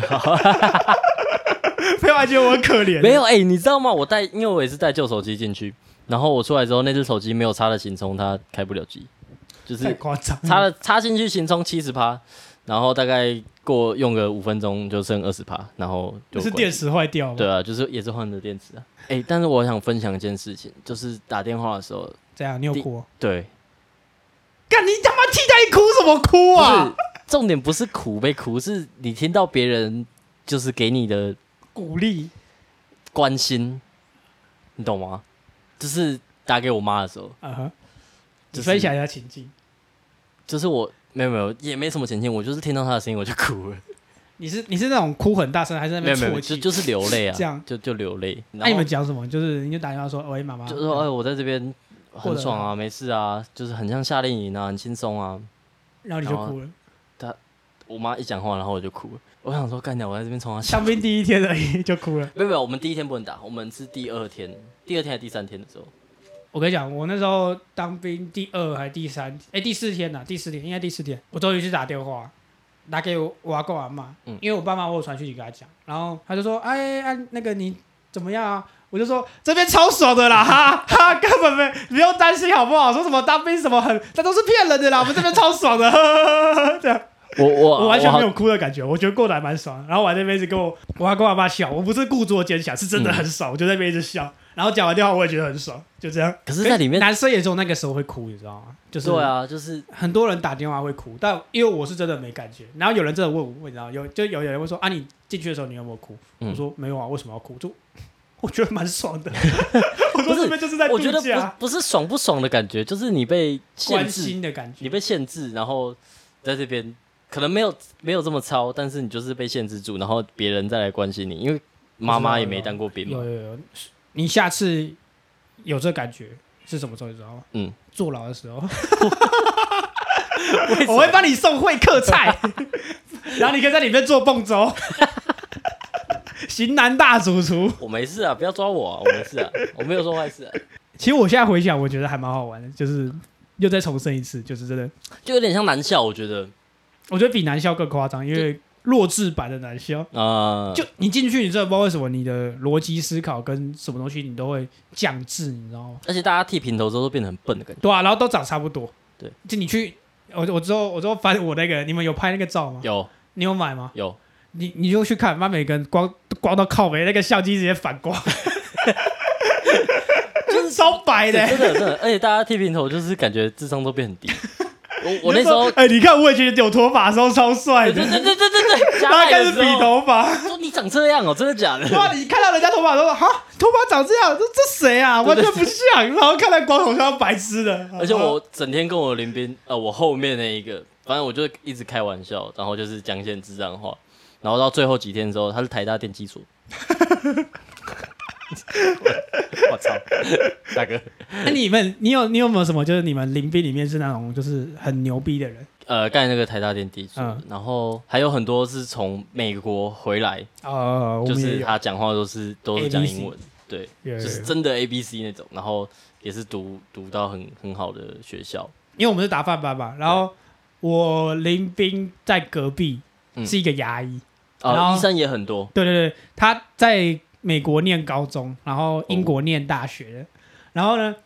不要觉得我很可怜。 没有你知道吗？因为我也是带旧手机进去，然后我出来之后，那只手机没有插了行充，它开不了机，就是太夸张了。 插进去行充70%，然后大概用个5分钟就剩20%，然后就是电池坏掉吗？ 对啊，就是也是换的电池啊。但是我想分享一件事情，就是打电话的时候， 这样你有哭？ 对。 干你他妈替代哭什么哭啊？ 不是，重点不是苦被哭，是你听到别人就是给你的鼓励、 关心，你懂吗？就是打给我妈的时候， 你分享一下情境。 就是我没有也没什么情境，我就是听到她的声音我就哭了。 你是那种哭很大声，还是那边啜泣？ 就是流泪啊， 这样就流泪。 那你们讲什么？就是你就打电话说，喂妈妈， 就说我在这边。很爽啊，没事啊，就是很像夏令营啊，很轻松啊。 然后你就哭了。 我妈一讲话，然后我就哭了。我想说，干掉我在这边冲啊！ 当兵第1天而已就哭了。 没有，我们第1天不能打，我们是第2天还是第3天的时候。 我跟你讲，我那时候当兵第2还是第3？第4天呐，第4天应该第4天，我终于去打电话，打给我阿公阿嬷，因为我爸妈我有传讯息跟他讲，然后他就说，那个你怎么样啊？我就说这边超爽的啦，哈，根本不用担心好不好？说什么当兵什么那都是骗人的啦，我们这边超爽的，这样。我完全没有哭的感觉，我觉得过得还蛮爽。然后我在那边一直跟我阿公阿嬷笑，我不是故作坚强，是真的很爽，我就在那边一直笑。然后讲完电话我也觉得很爽，就这样。 可是在里面， 男生也只有那个时候会哭，你知道吗？就是对啊，就是很多人打电话会哭，但因为我是真的没感觉。然后有人真的问我，你知道，有人会说啊，你进去的时候你有没有哭？我说没有啊，为什么要哭？就我觉得蛮爽的。我说这边就是在度假。 我觉得不是爽不爽的感觉，就是你被限制关心的感觉， 你被限制，然后在这边可能没有这么超，但是你就是被限制住，然后别人再来关心你，因为妈妈也没当过兵嘛。 有，你下次有这感觉是什么时候？你知道吗？坐牢的时候。我会帮你送会客菜，然后你可以在里面做蹦粥。型男大主厨， 我没事啊，不要抓我啊，我没事啊，我没有做坏事啊。 其实我现在回想，我觉得还蛮好玩的，就是又再重申一次，就是真的， 就有点像男校，我觉得比男校更夸张，因为弱智版的男校就你进去，你真的不知道为什么你的逻辑思考跟什么东西你都会降智，你知道吗？ 而且大家剃平头之后都变得很笨的感觉。 对啊，然后都长差不多。 对， 就你去，我之后翻我那个，你们有拍那个照吗？ 有， 你有买吗？ 有。 你就去看，妈每个人光到靠背，那个相机直接反光，就是超白的， 真的，而且大家剃平头就是感觉智商都变很低。我那时候， 你看我以前有头发的时候超帅的， 对， 他开始比头发， 说你长这样哦，真的假的？ 哇，你看到人家头发说哈，头发长这样，这谁啊？完全不像，然后看到光头像白痴的。 而且我整天跟我邻兵，我后面那一个，反正我就一直开玩笑，然后就是讲一些智障话。然后到最后几天之后，他是台大电机所。我操，大哥！ 那你有没有什么就是你们邻兵里面是那种就是很牛逼的人？ 刚才那个台大电机所，然后还有很多是从美国回来，就是他讲话都是讲英文，对，就是真的 ABC 那种，然后也是读到很好的学校。 因为我们是打饭班嘛，然后我邻兵在隔壁是一个牙医。 医生也很多。 对，他在美国念高中，然后英国念大学的。然后呢，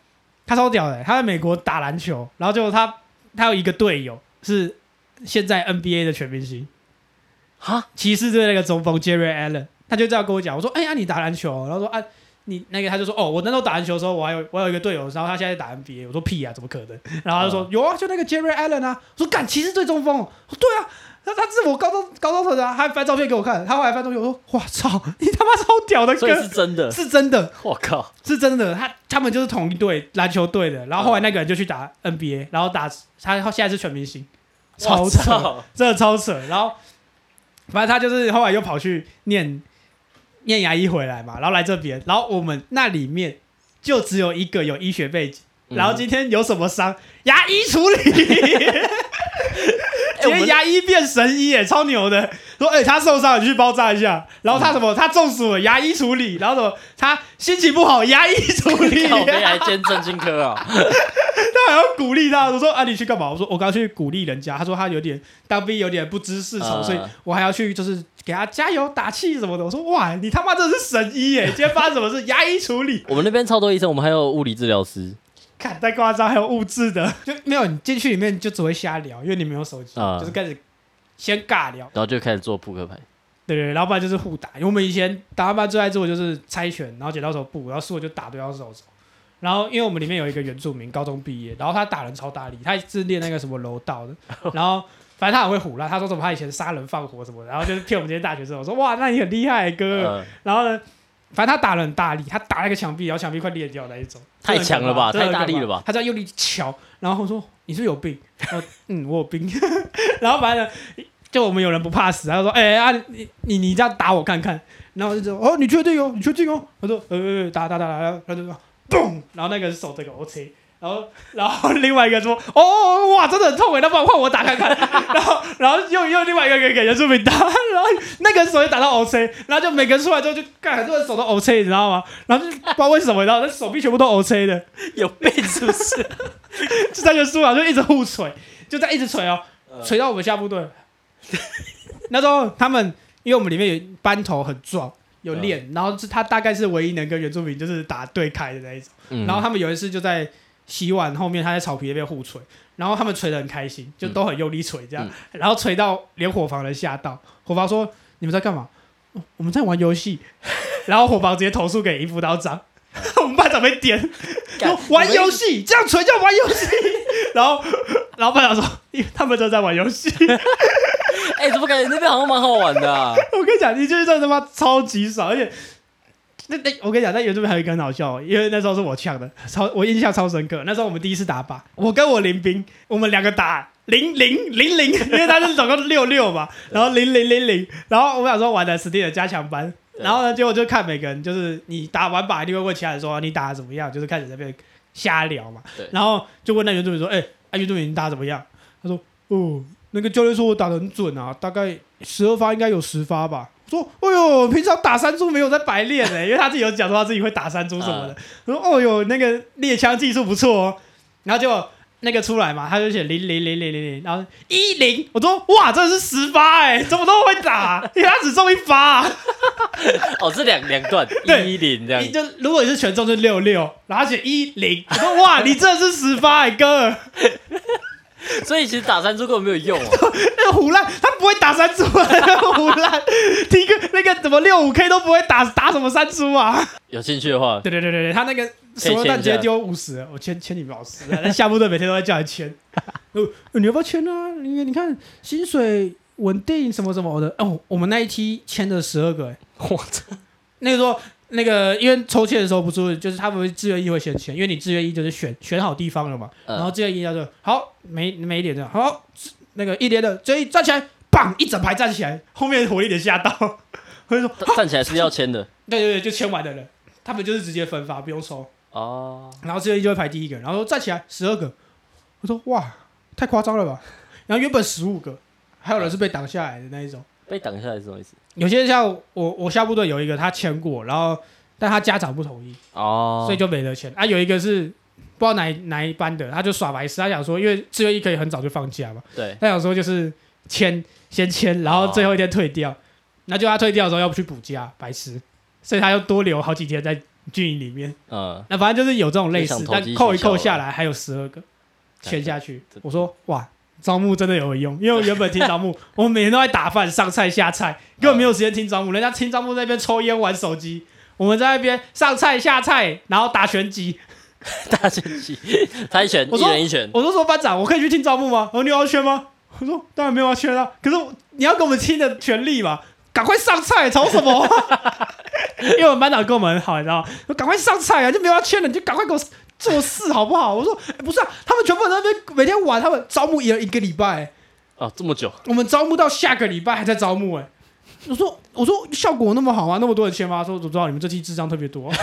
他超屌的，他在美国打篮球，然后就他有一个队友是现在 NBA 的全明星，骑士队那个中锋 Jerry Allen， 他就这样跟我讲，我说哎呀你打篮球，然后说啊你那个他就说我那时候打篮球的时候我有一个队友，然后他现在打 NBA， 我说屁啊怎么可能，然后他就说有啊就那个 Jerry Allen 啊，我说干骑士队中锋，我说对啊。他是我高中同学啊，他还翻照片给我看，他后来翻照片，我说哇操，你他妈超屌的哥， 所以是真的， 是真的， 我靠， 是真的，他们就是同一队篮球队的，然后后来那个人就去打 NBA， 然后他现在是全明星，超扯，真的超扯，然后反正他就是后来又跑去念牙医回来嘛，然后来这边，然后我们那里面就只有一个有医学背景，然后今天有什么伤，牙医处理。今天牙医变神医耶，超牛的！说他受伤了，你去包扎一下。然后他什么？他中暑了，牙医处理。然后什么？他心情不好，牙医处理。 靠北还兼正经科啊！ 他还要鼓励他，我说啊，你去干嘛？我说我刚去鼓励人家。他说他当兵有点不知世仇，所以我还要去就是给他加油打气什么的。我说哇，你他妈真的是神医耶！今天发生什么事？牙医处理。 我们那边超多医生，我们还有物理治疗师。 看太夸张，还有物质的，就没有你进去里面就只会瞎聊，因为你没有手机，就是开始先尬聊， 然后就开始做扑克牌。 对，然后不然就是互打。我们以前打班最爱做的就是猜拳，然后剪刀手布，然后输了就打对方手肘。然后因为我们里面有一个原住民，高中毕业，然后他打人超大力，他是练那个什么柔道的，然后反正他很会唬烂，他说什么他以前杀人放火什么的，然后就是骗我们这些大学生。我说哇，那你很厉害哥。然后呢？反正他打得很大力，他打那个墙壁，然后墙壁快裂掉那一种， 太强了吧，太大力了吧？ 他在用力敲，然后我说你是不是有病？我有病。然后反正就我们有人不怕死，他就说你这样打我看看，然后我就说你确定哦？你确定哦？他说打，他就说嘣，然后那个手这个 OK。然后另外一个说哇真的很痛，那不然换我打看看。然后用另外一个给原住民打，然后那个手也打到 OK， 然后就每个人出来之后就干，很多人手都 OK， 你知道吗？然后就不知道为什么，然后那手臂全部都 OK 的， 有病是不是？ 就在那输了就一直互锤，就在一直锤锤到我们下部队。那时候他们因为我们里面有班头很壮。有练，然后他大概是唯一能跟原住民就是打对开的那一种。然后他们有一次就在洗碗后面，他在草皮那边互锤，然后他们锤得很开心，就都很用力锤这样，然后锤到连伙房人吓到，伙房说你们在干嘛？我们在玩游戏。然后伙房直接投诉给营辅导长，我们班长被点，说玩游戏这样锤叫玩游戏。然后班长说他们都在玩游戏。 怎么感觉那边好像蛮好玩的啊？ 我跟你讲，你就是这他妈超级爽，而且我跟你讲，在原住民还有一个很好笑，因为那时候是我呛的，我印象超深刻。那时候我们第一次打靶，我跟我林兵，我们两个打0-0-0-0，因为他是总共66嘛，然后0-0-0-0，然后我想说玩的实地的加强班，然后呢，结果就看每个人，就是你打完靶一定会问其他人说你打的怎么样，就是开始在那边瞎聊嘛，然后就问那原住民说，原住民你打怎么样？他说那个教练说我打得很准啊，大概12发应该有10发吧。说，平常打山猪没有在白练因为他自己有讲说他自己会打山猪什么的。我说，那个猎枪技术不错哦。然后结果那个出来嘛，他就写0-0-0-0-0，然后10，我说哇，真的是10发怎么都会打，因为他只中1发。 是两段1-0这样。 就如果你是全中就66，然后他写10，我说哇，你真的是10发哥。 所以其实打山猪根本没有用那个唬烂，他不会打山猪那个唬烂，听个那个怎么65K 都不会打什么山猪啊？ 有兴趣的话， 对，他那个手榴弹直接丢50，我签你们老师，那下部队每天都在叫你签，你要不要签啊？你看薪水稳定什么什么的我们那一梯签了12个我操！ 那个时候。那个，因为抽签的时候不是，就是他们志愿役会先签，因为你志愿役就是选好地方了嘛，然后志愿役他就好，每一点这样，好，那个一连的志愿役站起来，棒，一整排站起来，后面火力点吓到，他就说站起来是要签的， 对，就签完的人，他们就是直接分发，不用抽然后志愿役就会排第一个，然后说站起来12个，我说哇，太夸张了吧，然后原本15个，还有人是被挡下来的那一种。 被挡下来是什么意思？ 有些像我下部队有一个他签过，然后但他家长不同意所以就没得签有一个是不知道哪一班的，他就耍白痴，他想说因为志愿役可以很早就放假嘛， 对， 他想说就是先签，然后最后一天退掉，那就他退掉的时候要不去补假，白痴，所以他又多留好几天军营里面。那反正就是有这种类似，但扣一扣下来还有12个签下去。我说哇，招募真的有用，因为我原本听招募，我们每天都在打饭、上菜、下菜，根本没有时间听招募。人家听招募在那边抽烟、玩手机，我们在那边上菜、下菜，然后打拳击。 打拳击，猜拳，一人一拳。 我就说班长，我可以去听招募吗？你有要圈吗？我说当然没有要圈啊，可是你要给我们听的权利嘛，赶快上菜，吵什么？因为我们班长跟我们很好，你知道吗？赶快上菜啊，就没有要圈了，你就赶快给我做事好不好？我说不是啊，他们全部在那边每天玩，他们招募1个礼拜。 哦，这么久？ 我们招募到下个礼拜还在招募我说效果那么好吗？那么多人签吗？他说我知道你们这期智商特别多。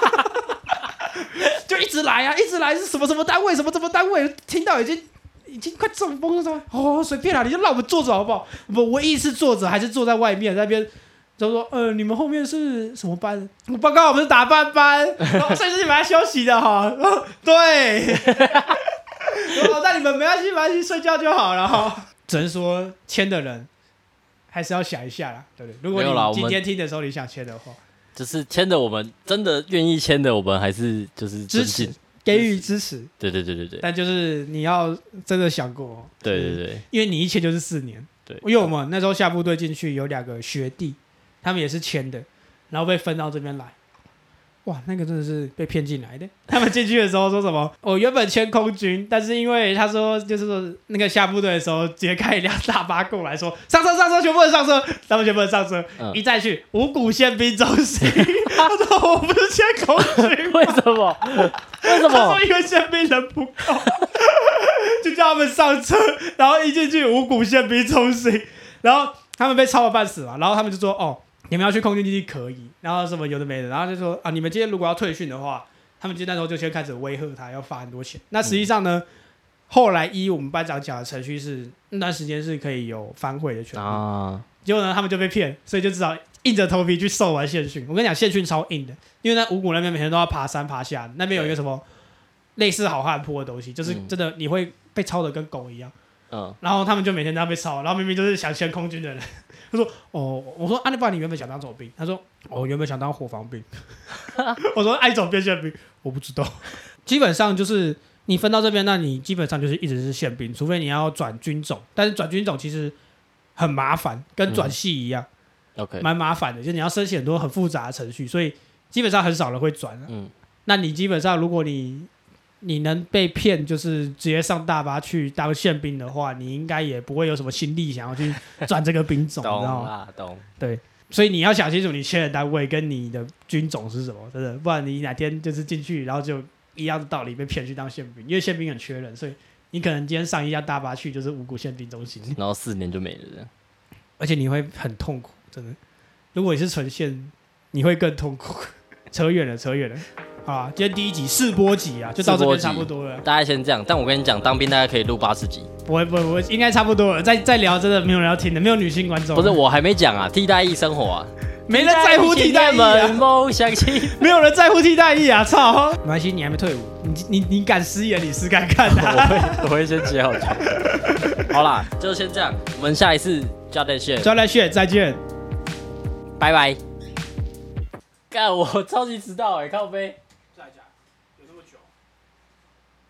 就一直来啊，一直来是什么单位，什么单位，听到已经快中风了，说哦随便啦，你就让我们坐着好不好？我唯一是坐着，还是坐在外面那边，就说你们后面是什么班？我报告我们是打扮班，所以是你们来休息的哈。对，那你们没关系，睡觉就好了哈。只能说签的人还是要想一下啦，对不对？如果你今天听的时候你想签的话。 就是签的，我们真的愿意签的，我们还是就是支持，给予支持。 对。 但就是你要真的想过， 对， 因为你一签就是4年。 对， 因为我们那时候下部队进去有2个学弟，他们也是签的，然后被分到这边来。哇，那个真的是被骗进来的。他们进去的时候说什么？我原本签空军，但是因为他说就是说那个下部队的时候，直接开一辆大巴过来说上车，全部人上车，他们全部人上车，一再去五股宪兵中心。他说我不是签空军， 为什么？他说因为宪兵人不够，就叫他们上车，然后一进去五股宪兵中心，然后他们被操了半死嘛，然后他们就说哦。你们要去空军基地可以，然后什么有的没的，然后就说啊，你们今天如果要退训的话，他们那时候就先开始威吓他，要罚很多钱。那实际上呢，后来依我们班长讲的程序是那段时间是可以有反悔的权利啊。结果呢，他们就被骗，所以就只好硬着头皮去受完现训。我跟你讲，现训超硬的，因为在五股那边每天都要爬山爬下，那边有一个什么类似好汉坡的东西，就是真的你会被操的跟狗一样。然后他们就每天都要被操，然后明明就是想签空军的人。他说：“哦，我说那不然你原本想当什么兵？”他说：“我原本想当火防兵。”我说：“怎么变宪兵？我不知道。”基本上就是你分到这边，那你基本上就是一直是宪兵，除非你要转军种，但是转军种其实很麻烦，跟转系一样，OK， 蛮麻烦的，就是你要申请很多很复杂的程序，所以基本上很少人会转。那你基本上如果你能被骗，就是直接上大巴去当宪兵的话，你应该也不会有什么心力想要去转这个兵种， 懂你知道吗？ 懂。 对，所以你要想清楚你签的单位跟你的军种是什么，真的，不然你哪天就是进去，然后就一样的道理被骗去当宪兵，因为宪兵很缺人，所以你可能今天上一架大巴去就是五股宪兵中心， 然后4年就没了， 而且你会很痛苦，真的。如果你是纯宪，你会更痛苦。扯远了。好啦，今天第1集试播集啊，就到这边差不多了。 大概先这样，但我跟你讲，当兵大概可以录80集。 不会，应该差不多了。再聊，真的没有人要听的，没有女性观众。 不是，我还没讲啊，替代役生活啊， 没人在乎替代役啊， 梦想起， 没有人在乎替代役啊，操！没关系，你还没退伍，你敢失言，你试看看啊。我会先接好球。好啦，就先这样，我们下一次交代线， 再见， 拜拜。干，我超级迟到靠背。 有这么久？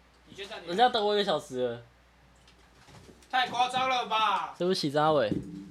人家等我1个小时了， 太夸张了吧！ 对不起，张伟。